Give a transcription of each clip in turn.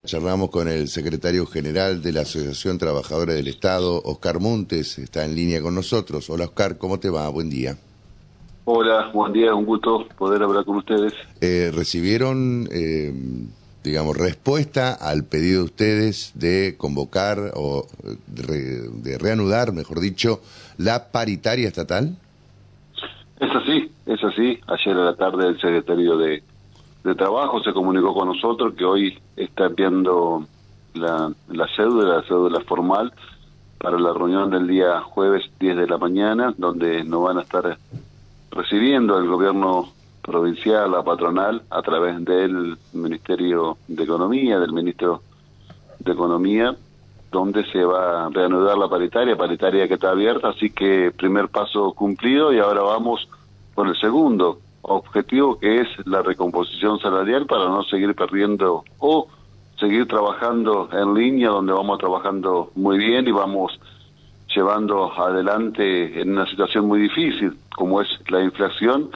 Charlamos con el secretario general de la Asociación Trabajadora del Estado, Oscar Montes, está en línea con nosotros. Hola Oscar, ¿cómo te va? Buen día. Hola, buen día, un gusto poder hablar con ustedes. ¿Recibieron, respuesta al pedido de ustedes de convocar o de reanudar, mejor dicho, la paritaria estatal? Es así. Ayer a la tarde el secretario de Trabajo se comunicó con nosotros que hoy está enviando la cédula formal para la reunión del día jueves 10 de la mañana, donde nos van a estar recibiendo el gobierno provincial, la patronal, a través del Ministerio de Economía, del Ministro de Economía, donde se va a reanudar la paritaria que está abierta, así que primer paso cumplido y ahora vamos con el segundo objetivo, que es la recomposición salarial para no seguir perdiendo o seguir trabajando en línea, donde vamos trabajando muy bien y vamos llevando adelante en una situación muy difícil como es la inflación.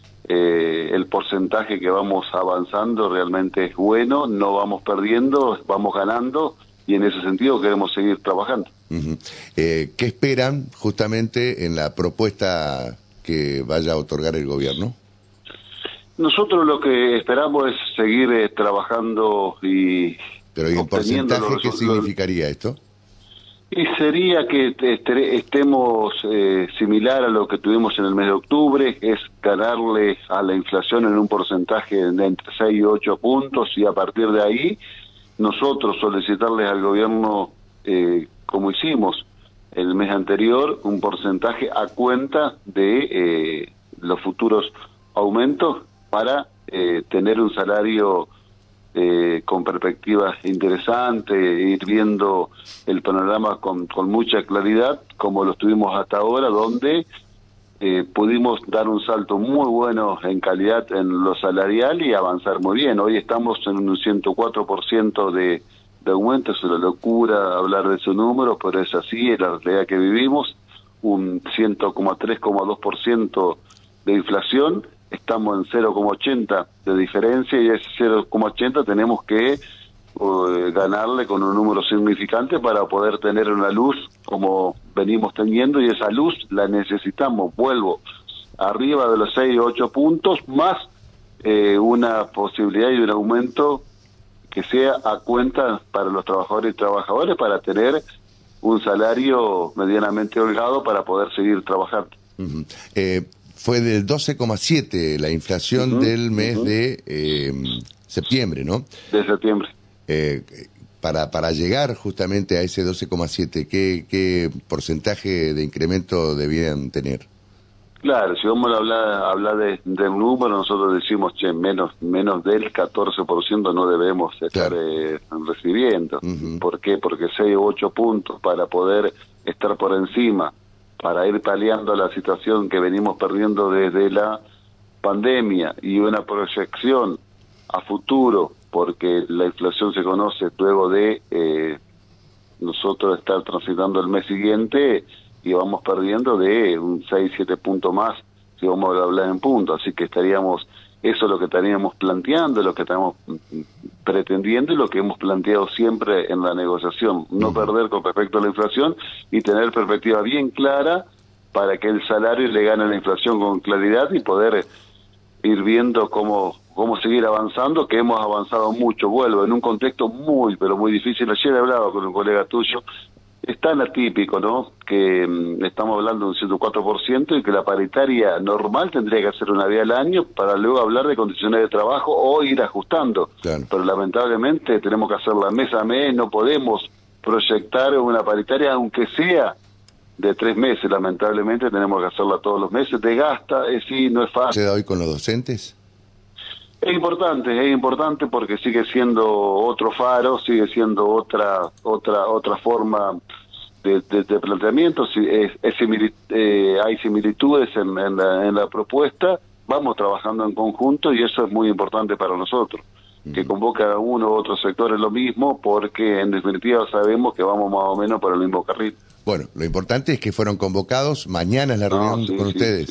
El porcentaje que vamos avanzando realmente es bueno, no vamos perdiendo, vamos ganando, y en ese sentido queremos seguir trabajando. ¿Qué esperan justamente en la propuesta que vaya a otorgar el gobierno? Nosotros lo que esperamos es seguir trabajando y... Pero ¿y en porcentaje qué significaría esto? Y sería que estemos similar a lo que tuvimos en el mes de octubre, es ganarle a la inflación en un porcentaje de entre 6 y 8 puntos, y a partir de ahí nosotros solicitarles al gobierno, como hicimos el mes anterior, un porcentaje a cuenta de los futuros aumentos para tener un salario con perspectivas interesantes, ir viendo el panorama con mucha claridad, como lo estuvimos hasta ahora, donde pudimos dar un salto muy bueno en calidad en lo salarial y avanzar muy bien. Hoy estamos en un 104% de aumento, es una locura hablar de esos números, pero es así, es la realidad que vivimos, un 100,2% de inflación. Estamos en 0,80 de diferencia, y ese 0,80 tenemos que ganarle con un número significante para poder tener una luz como venimos teniendo, y esa luz la necesitamos, vuelvo, arriba de los 6 o 8 puntos, más una posibilidad y un aumento que sea a cuenta para los trabajadores y trabajadoras, para tener un salario medianamente holgado para poder seguir trabajando. Fue del 12,7 la inflación del mes de septiembre, ¿no? De septiembre. Para llegar justamente a ese 12,7, ¿qué porcentaje de incremento debían tener? Claro, si vamos a hablar del número, nosotros decimos, menos del 14% no debemos estar recibiendo. ¿Por qué? Porque 6 o 8 puntos para poder estar por encima, para ir paliando la situación que venimos perdiendo desde la pandemia, y una proyección a futuro, porque la inflación se conoce luego de nosotros estar transitando el mes siguiente, y vamos perdiendo de un 6-7 puntos más si vamos a hablar en puntos, así que eso es lo que estaríamos planteando, lo que estamos pretendiendo y lo que hemos planteado siempre en la negociación, no perder con respecto a la inflación y tener perspectiva bien clara para que el salario le gane a la inflación con claridad y poder ir viendo cómo seguir avanzando, que hemos avanzado mucho, vuelvo, en un contexto muy, pero muy difícil. Ayer hablaba con un colega tuyo, es tan atípico, ¿no?, que estamos hablando de un 104% y que la paritaria normal tendría que hacer una vez al año para luego hablar de condiciones de trabajo o ir ajustando. Claro. Pero lamentablemente tenemos que hacerla mes a mes, no podemos proyectar una paritaria, aunque sea de 3 meses, lamentablemente tenemos que hacerla todos los meses, desgasta, sí, no es fácil. ¿Se da hoy con los docentes? Es importante porque sigue siendo otro faro, sigue siendo otra forma de planteamiento. Hay similitudes en la propuesta, vamos trabajando en conjunto y eso es muy importante para nosotros. Que convoca a uno u otro sector es lo mismo, porque en definitiva sabemos que vamos más o menos por el mismo carril. Bueno, lo importante es que fueron convocados, mañana es la reunión con ustedes.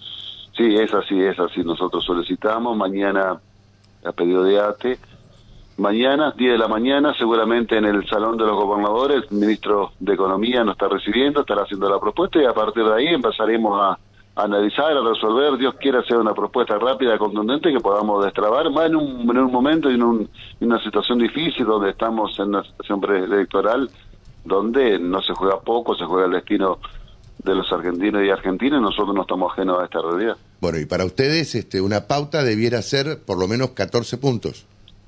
Sí, es así, nosotros solicitamos, mañana a pedido de ATE mañana, 10 de la mañana, seguramente en el Salón de los Gobernadores, el ministro de Economía nos está recibiendo, estará haciendo la propuesta y a partir de ahí empezaremos a analizar, a resolver. Dios quiera hacer una propuesta rápida, contundente, que podamos destrabar, más en un momento y en una situación difícil donde estamos en una situación preelectoral, donde no se juega poco, se juega el destino de los argentinos y argentinas, nosotros no estamos ajenos a esta realidad. Bueno, y para ustedes una pauta debiera ser por lo menos 14 puntos.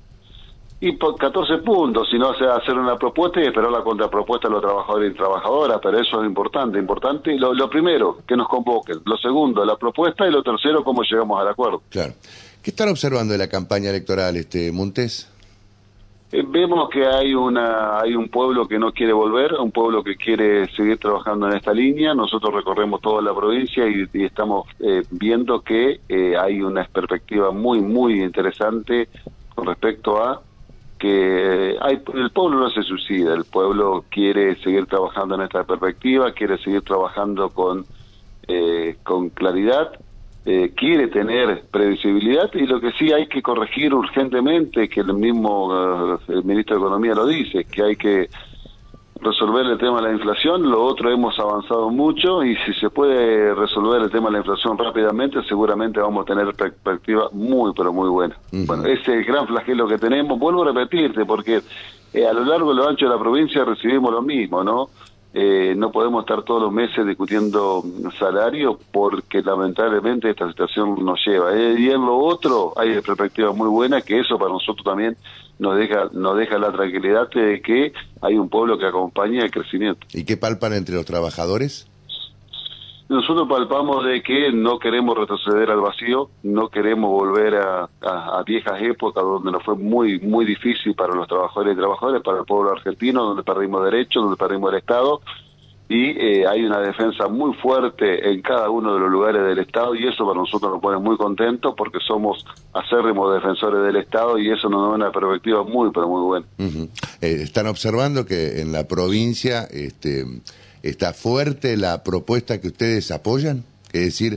Y por 14 puntos, si no, hacer una propuesta y esperar la contrapropuesta de los trabajadores y trabajadoras, pero eso es importante. Lo primero, que nos convoquen. Lo segundo, la propuesta, y lo tercero, cómo llegamos al acuerdo. Claro. ¿Qué están observando de la campaña electoral, Montes? Vemos que hay un pueblo que no quiere volver, un pueblo que quiere seguir trabajando en esta línea. Nosotros recorremos toda la provincia y estamos viendo que hay una perspectiva muy, muy interesante con respecto a que el pueblo no se suicida, el pueblo quiere seguir trabajando en esta perspectiva, quiere seguir trabajando con claridad, quiere tener previsibilidad, y lo que sí hay que corregir urgentemente, que el mismo el ministro de Economía lo dice, que hay que resolver el tema de la inflación. Lo otro, hemos avanzado mucho, y si se puede resolver el tema de la inflación rápidamente, seguramente vamos a tener perspectiva muy, pero muy buena. Bueno, ese es el gran flagelo que tenemos. Vuelvo a repetirte, porque a lo largo y lo ancho de la provincia recibimos lo mismo, ¿no? No podemos estar todos los meses discutiendo salario, porque lamentablemente esta situación nos lleva. Y en lo otro hay perspectivas muy buenas, que eso para nosotros también nos deja la tranquilidad de que hay un pueblo que acompaña el crecimiento. ¿Y qué palpan entre los trabajadores? Nosotros palpamos de que no queremos retroceder al vacío, no queremos volver a viejas épocas donde nos fue muy, muy difícil para los trabajadores y trabajadoras, para el pueblo argentino, donde perdimos derechos, donde perdimos el Estado, y hay una defensa muy fuerte en cada uno de los lugares del Estado, y eso para nosotros nos pone muy contentos, porque somos acérrimos defensores del Estado, y eso nos da una perspectiva muy, pero muy buena. Están observando que en la provincia está fuerte la propuesta que ustedes apoyan, es decir,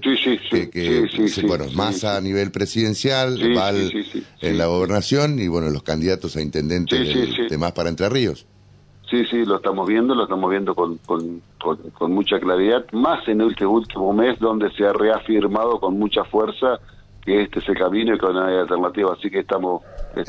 Massa a nivel presidencial, en la gobernación, y bueno, los candidatos a intendentes de Más para Entre Ríos. Sí, lo estamos viendo con mucha claridad, más en este último mes, donde se ha reafirmado con mucha fuerza que este es el camino y que no hay alternativa. Así que estamos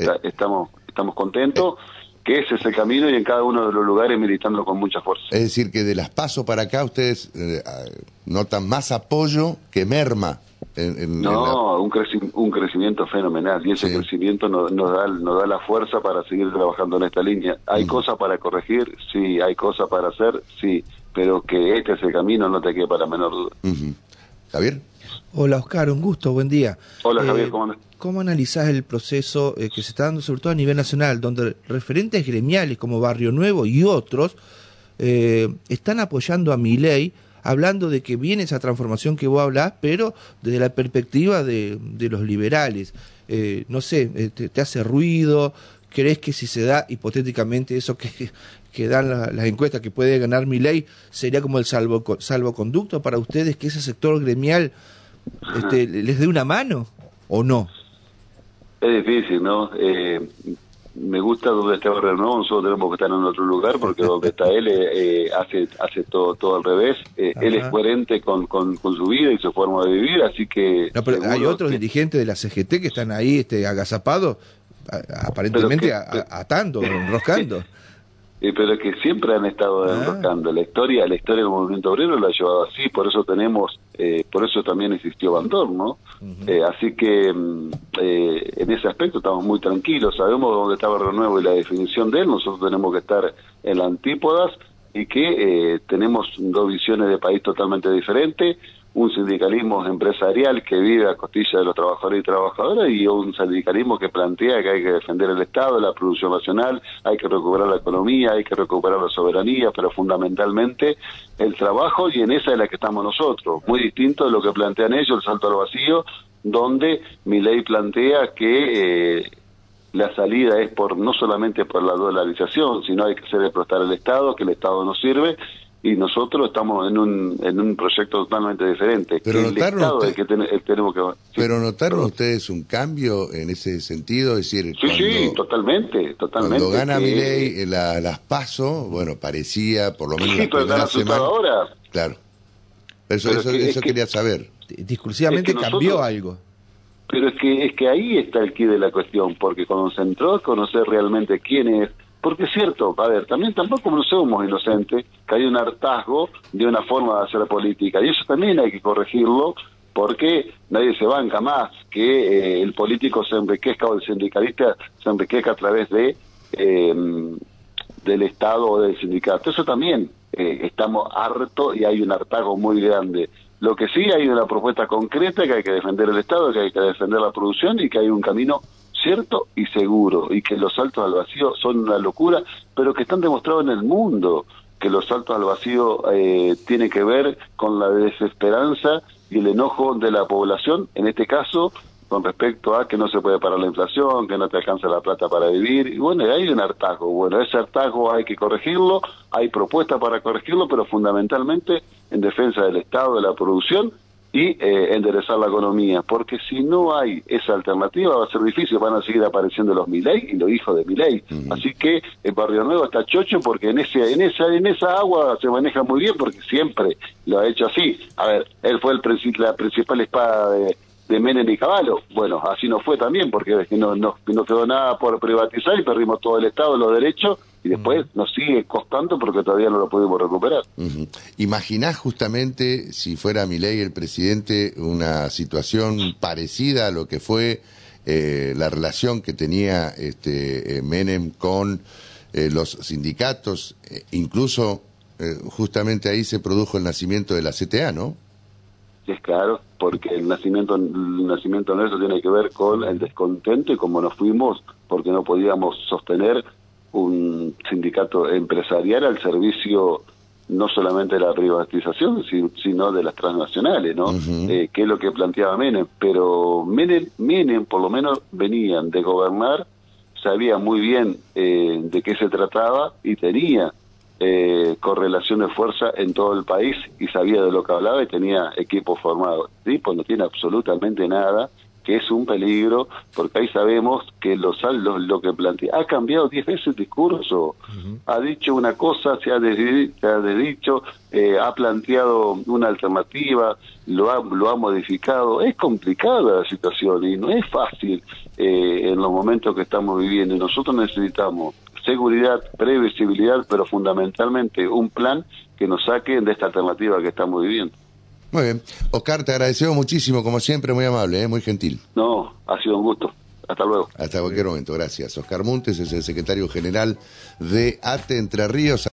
contentos, que ese es el camino, y en cada uno de los lugares militando con mucha fuerza. Es decir, que de las PASO para acá ustedes notan más apoyo que merma. Un crecimiento fenomenal, y ese crecimiento nos da la fuerza para seguir trabajando en esta línea. ¿Hay cosas para corregir? Sí. ¿Hay cosas para hacer? Sí. Pero que este es el camino, no te quede para menor duda. ¿Javier? Hola, Oscar, un gusto, buen día. Hola, Javier, ¿cómo andas? ¿Cómo analizás el proceso que se está dando, sobre todo a nivel nacional, donde referentes gremiales como Barrio Nuevo y otros están apoyando a Milei, hablando de que viene esa transformación que vos hablás, pero desde la perspectiva de los liberales? No sé, ¿te hace ruido? ¿Crees que si se da hipotéticamente eso que dan las encuestas, que puede ganar Milei, sería como el salvoconducto para ustedes, que ese sector gremial les dé una mano o no? Es difícil, ¿no? Me gusta donde está Barrio Nuevo. Nosotros tenemos que estar en otro lugar, porque donde está él hace todo al revés. Él es coherente con su vida y su forma de vivir, así que... No, pero hay otros dirigentes de la CGT que están ahí agazapados, aparentemente atando, enroscando. Pero que siempre han estado enroscando. La historia del movimiento obrero lo ha llevado así, por eso por eso también existió Bandor, ¿no? Así que en ese aspecto estamos muy tranquilos, sabemos dónde está Barrio Nuevo y la definición de él. Nosotros tenemos que estar en las antípodas, y que tenemos dos visiones de país totalmente diferentes. Un sindicalismo empresarial que vive a costilla de los trabajadores y trabajadoras, y un sindicalismo que plantea que hay que defender el Estado, la producción nacional, hay que recuperar la economía, hay que recuperar la soberanía, pero fundamentalmente el trabajo, y en esa es la que estamos nosotros. Muy distinto de lo que plantean ellos, el salto al vacío, donde Milei plantea que la salida es no solamente por la dolarización, sino hay que hacer explotar el Estado, que el Estado no sirve, y nosotros estamos en un proyecto totalmente diferente. Pero que notaron tenemos que... pero notaron ustedes un cambio en ese sentido, es decir, sí, totalmente. Cuando gana Milei las PASO, bueno, parecía por lo menos sí, la pero primera semana. Ahora. Claro. Eso quería saber. Discursivamente cambió algo. Pero es que ahí está el quid de la cuestión, porque cuando se entró a conocer realmente quién es, porque es cierto, a ver, también tampoco no somos inocentes, que hay un hartazgo de una forma de hacer política, y eso también hay que corregirlo, porque nadie se banca más que el político se enriquezca o el sindicalista se enriquezca a través de del Estado o del sindicato. Eso también estamos hartos y hay un hartazgo muy grande. Lo que sí hay una propuesta concreta, que hay que defender el Estado, que hay que defender la producción y que hay un camino cierto y seguro, y que los saltos al vacío son una locura, pero que están demostrados en el mundo, que los saltos al vacío tienen que ver con la desesperanza y el enojo de la población, en este caso con respecto a que no se puede parar la inflación, que no te alcanza la plata para vivir, y bueno, hay un hartazgo. Bueno, ese hartazgo hay que corregirlo, hay propuestas para corregirlo, pero fundamentalmente en defensa del Estado, de la producción, y enderezar la economía, porque si no hay esa alternativa va a ser difícil, van a seguir apareciendo los Milei y los hijos de Milei. Así que el Barrio Nuevo está chocho porque en esa agua se maneja muy bien, porque siempre lo ha hecho así. A ver, él fue la principal espada de Menem y Cavallo. Bueno, así no fue también, porque no quedó nada por privatizar y perdimos todo el Estado, los derechos, y después nos sigue costando porque todavía no lo pudimos recuperar. ¿Imaginás justamente, si fuera Milei el presidente, una situación parecida a lo que fue la relación que tenía Menem con los sindicatos? Incluso justamente ahí se produjo el nacimiento de la CTA, ¿no? Es claro, porque el nacimiento nuestro tiene que ver con el descontento y cómo nos fuimos porque no podíamos sostener un sindicato empresarial al servicio no solamente de la privatización, sino de las transnacionales, ¿no? Que es lo que planteaba Menem. Pero Menem por lo menos venían de gobernar, sabía muy bien de qué se trataba y tenía correlación de fuerza en todo el país y sabía de lo que hablaba y tenía equipo formado. Tipo no tiene absolutamente nada, que es un peligro, porque ahí sabemos que lo que plantea, ha cambiado 10 veces el discurso, ha dicho una cosa, se ha desdicho, ha planteado una alternativa, lo ha modificado. Es complicada la situación y no es fácil en los momentos que estamos viviendo, y nosotros necesitamos seguridad, previsibilidad, pero fundamentalmente un plan que nos saque de esta alternativa que estamos viviendo. Muy bien. Oscar, te agradecemos muchísimo, como siempre, muy amable, muy gentil. No, ha sido un gusto. Hasta luego. Hasta cualquier momento, gracias. Oscar Montes es el secretario general de ATE Entre Ríos.